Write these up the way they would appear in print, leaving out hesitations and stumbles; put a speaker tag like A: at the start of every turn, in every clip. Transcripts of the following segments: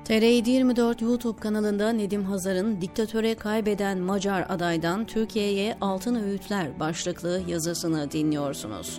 A: TR724 YouTube kanalında Nedim Hazar'ın "Diktatöre kaybeden Macar adaydan Türkiye'ye altın öğütler" başlıklı yazısını dinliyorsunuz.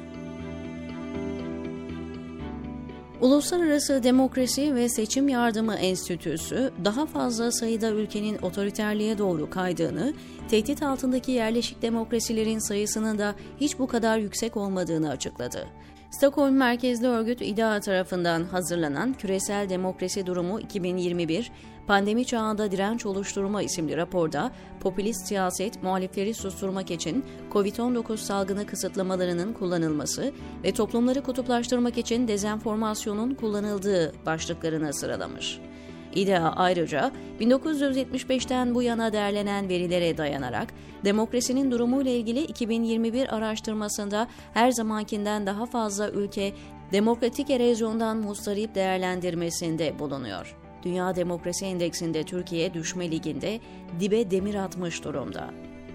A: Uluslararası Demokrasi ve Seçim Yardımı Enstitüsü, daha fazla sayıda ülkenin otoriterliğe doğru kaydığını, tehdit altındaki yerleşik demokrasilerin sayısının da hiç bu kadar yüksek olmadığını açıkladı. Stockholm merkezli örgüt İDEA tarafından hazırlanan Küresel Demokrasi Durumu 2021, Pandemi Çağında Direnç Oluşturma isimli raporda, popülist siyaset, muhalifleri susturmak için COVID-19 salgını kısıtlamalarının kullanılması ve toplumları kutuplaştırmak için dezenformasyonun kullanıldığı başlıklarını sıralamış. İDEA ayrıca 1975'ten bu yana derlenen verilere dayanarak demokrasinin durumuyla ilgili 2021 araştırmasında her zamankinden daha fazla ülke demokratik erozyondan muzdarip değerlendirmesinde bulunuyor. Dünya Demokrasi Endeksinde Türkiye düşme liginde dibe demir atmış durumda.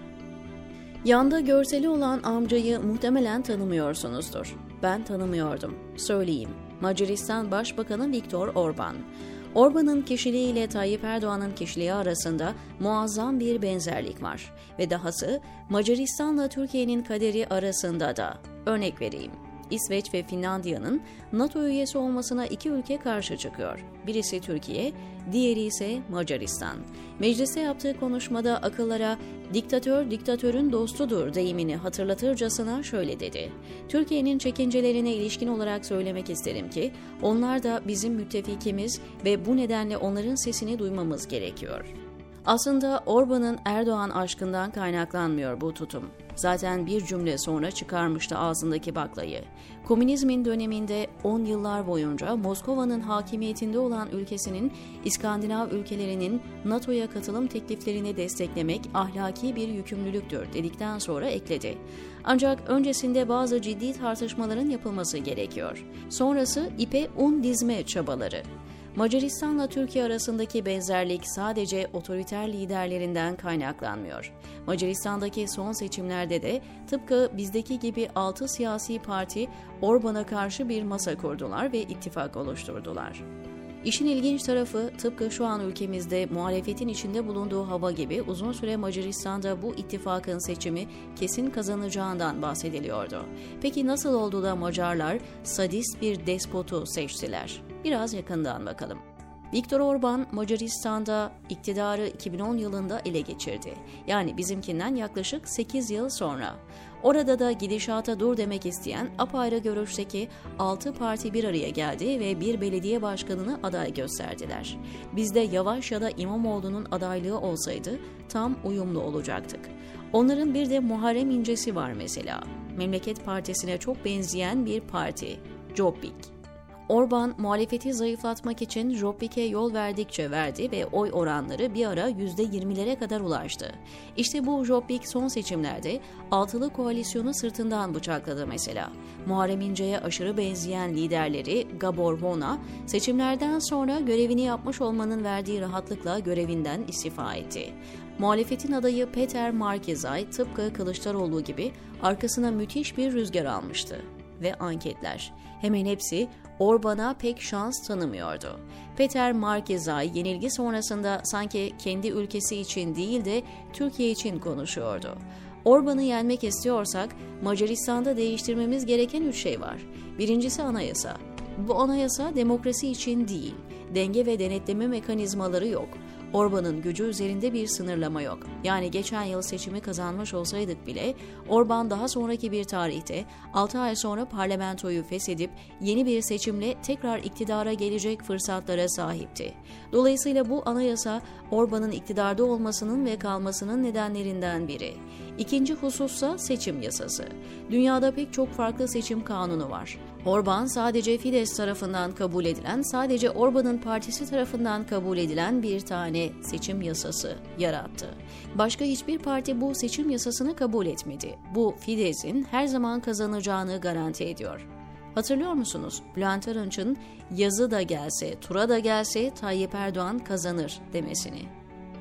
A: Yanda görseli olan amcayı muhtemelen tanımıyorsunuzdur. Ben tanımıyordum. Söyleyeyim. Macaristan Başbakanı Viktor Orban. Orban'ın kişiliğiyle Tayyip Erdoğan'ın kişiliği arasında muazzam bir benzerlik var ve dahası Macaristan'la Türkiye'nin kaderi arasında da. Örnek vereyim. İsveç ve Finlandiya'nın NATO üyesi olmasına iki ülke karşı çıkıyor. Birisi Türkiye, diğeri ise Macaristan. Mecliste yaptığı konuşmada akıllara "diktatör diktatörün dostudur" deyimini hatırlatırcasına şöyle dedi. Türkiye'nin çekincelerine ilişkin olarak söylemek isterim ki onlar da bizim müttefikimiz ve bu nedenle onların sesini duymamız gerekiyor. Aslında Orban'ın Erdoğan aşkından kaynaklanmıyor bu tutum. Zaten bir cümle sonra çıkarmıştı ağzındaki baklayı. Komünizmin döneminde 10 yıllar boyunca Moskova'nın hakimiyetinde olan ülkesinin İskandinav ülkelerinin NATO'ya katılım tekliflerini desteklemek ahlaki bir yükümlülüktür dedikten sonra ekledi. Ancak öncesinde bazı ciddi tartışmaların yapılması gerekiyor. Sonrası ipe un dizme çabaları. Macaristan'la Türkiye arasındaki benzerlik sadece otoriter liderlerinden kaynaklanmıyor. Macaristan'daki son seçimlerde de tıpkı bizdeki gibi 6 siyasi parti Orban'a karşı bir masa kurdular ve ittifak oluşturdular. İşin ilginç tarafı tıpkı şu an ülkemizde muhalefetin içinde bulunduğu hava gibi uzun süre Macaristan'da bu ittifakın seçimi kesin kazanacağından bahsediliyordu. Peki nasıl oldu da Macarlar sadist bir despotu seçtiler? Biraz yakından bakalım. Viktor Orban, Macaristan'da iktidarı 2010 yılında ele geçirdi. Yani bizimkinden yaklaşık 8 yıl sonra. Orada da gidişata dur demek isteyen apayrı görüşteki 6 parti bir araya geldi ve bir belediye başkanını aday gösterdiler. Bizde Yavaş ya da İmamoğlu'nun adaylığı olsaydı tam uyumlu olacaktık. Onların bir de Muharrem İnce'si var mesela. Memleket Partisi'ne çok benzeyen bir parti, Jobbik. Orban, muhalefeti zayıflatmak için Jobbik'e yol verdikçe verdi ve oy oranları bir ara %20'lere kadar ulaştı. İşte bu Jobbik son seçimlerde altılı koalisyonu sırtından bıçakladı mesela. Muharrem İnce'ye aşırı benzeyen liderleri Gabor Vona, seçimlerden sonra görevini yapmış olmanın verdiği rahatlıkla görevinden istifa etti. Muhalefetin adayı Peter Markezay tıpkı Kılıçdaroğlu gibi arkasına müthiş bir rüzgar almıştı. Ve anketler. Hemen hepsi Orban'a pek şans tanımıyordu. Peter Markezay yenilgi sonrasında sanki kendi ülkesi için değil de Türkiye için konuşuyordu. Orban'ı yenmek istiyorsak Macaristan'da değiştirmemiz gereken 3 şey var. Birincisi anayasa. Bu anayasa demokrasi için değil. Denge ve denetleme mekanizmaları yok. Orban'ın gücü üzerinde bir sınırlama yok. Yani geçen yıl seçimi kazanmış olsaydık bile Orban daha sonraki bir tarihte 6 ay sonra parlamentoyu feshedip yeni bir seçimle tekrar iktidara gelecek fırsatlara sahipti. Dolayısıyla bu anayasa Orban'ın iktidarda olmasının ve kalmasının nedenlerinden biri. İkinci husussa seçim yasası. Dünyada pek çok farklı seçim kanunu var. Orban sadece Fidesz tarafından kabul edilen, sadece Orban'ın partisi tarafından kabul edilen bir tane seçim yasası yarattı. Başka hiçbir parti bu seçim yasasını kabul etmedi. Bu Fidesz'in her zaman kazanacağını garanti ediyor. Hatırlıyor musunuz? Bülent Arınç'ın yazı da gelse, tura da gelse Tayyip Erdoğan kazanır demesini.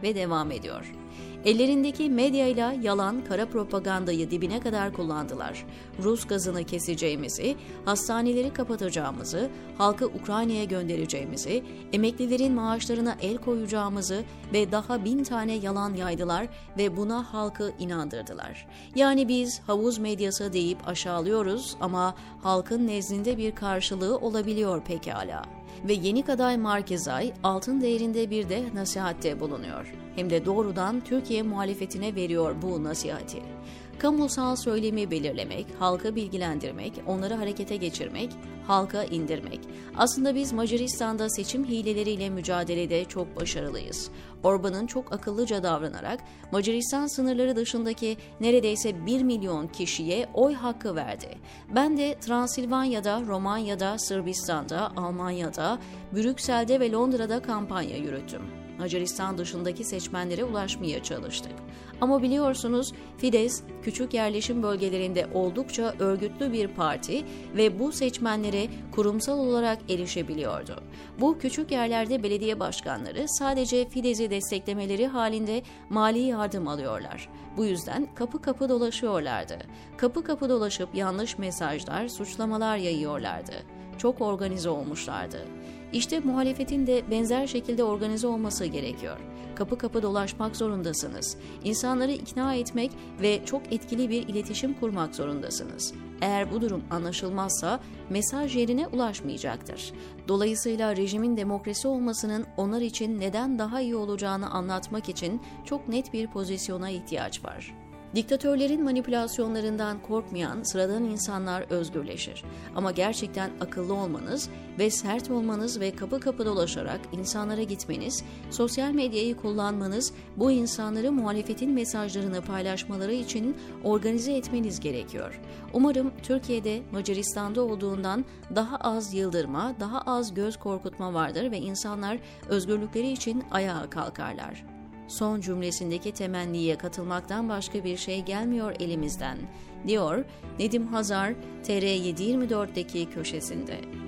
A: ve devam ediyor. Ellerindeki medyayla yalan, kara propagandayı dibine kadar kullandılar. Rus gazını keseceğimizi, hastaneleri kapatacağımızı, halkı Ukrayna'ya göndereceğimizi, emeklilerin maaşlarına el koyacağımızı ve daha 1000 tane yalan yaydılar ve buna halkı inandırdılar. Yani biz havuz medyası deyip aşağılıyoruz ama halkın nezdinde bir karşılığı olabiliyor pekala. Ve yeni aday Markezay altın değerinde bir de nasihatte bulunuyor. Hem de doğrudan Türkiye muhalefetine veriyor bu nasihati. Kamusal söylemi belirlemek, halkı bilgilendirmek, onları harekete geçirmek, halka indirmek. Aslında biz Macaristan'da seçim hileleriyle mücadelede çok başarılıyız. Orbán'ın çok akıllıca davranarak Macaristan sınırları dışındaki neredeyse 1 milyon kişiye oy hakkı verdi. Ben de Transilvanya'da, Romanya'da, Sırbistan'da, Almanya'da, Brüksel'de ve Londra'da kampanya yürüttüm. Macaristan dışındaki seçmenlere ulaşmaya çalıştık. Ama biliyorsunuz Fidesz küçük yerleşim bölgelerinde oldukça örgütlü bir parti ve bu seçmenlere kurumsal olarak erişebiliyordu. Bu küçük yerlerde belediye başkanları sadece Fidesz'i desteklemeleri halinde mali yardım alıyorlar. Bu yüzden kapı kapı dolaşıyorlardı. Kapı kapı dolaşıp yanlış mesajlar, suçlamalar yayıyorlardı. Çok organize olmuşlardı. İşte muhalefetin de benzer şekilde organize olması gerekiyor. Kapı kapı dolaşmak zorundasınız. İnsanları ikna etmek ve çok etkili bir iletişim kurmak zorundasınız. Eğer bu durum anlaşılmazsa mesaj yerine ulaşmayacaktır. Dolayısıyla rejimin demokrasi olmasının onlar için neden daha iyi olacağını anlatmak için çok net bir pozisyona ihtiyaç var. Diktatörlerin manipülasyonlarından korkmayan sıradan insanlar özgürleşir. Ama gerçekten akıllı olmanız ve sert olmanız ve kapı kapı dolaşarak insanlara gitmeniz, sosyal medyayı kullanmanız, bu insanları muhalefetin mesajlarını paylaşmaları için organize etmeniz gerekiyor. Umarım Türkiye'de Macaristan'da olduğundan daha az yıldırma, daha az göz korkutma vardır ve insanlar özgürlükleri için ayağa kalkarlar. Son cümlesindeki temenniye katılmaktan başka bir şey gelmiyor elimizden, diyor Nedim Hazar TR724'deki köşesinde.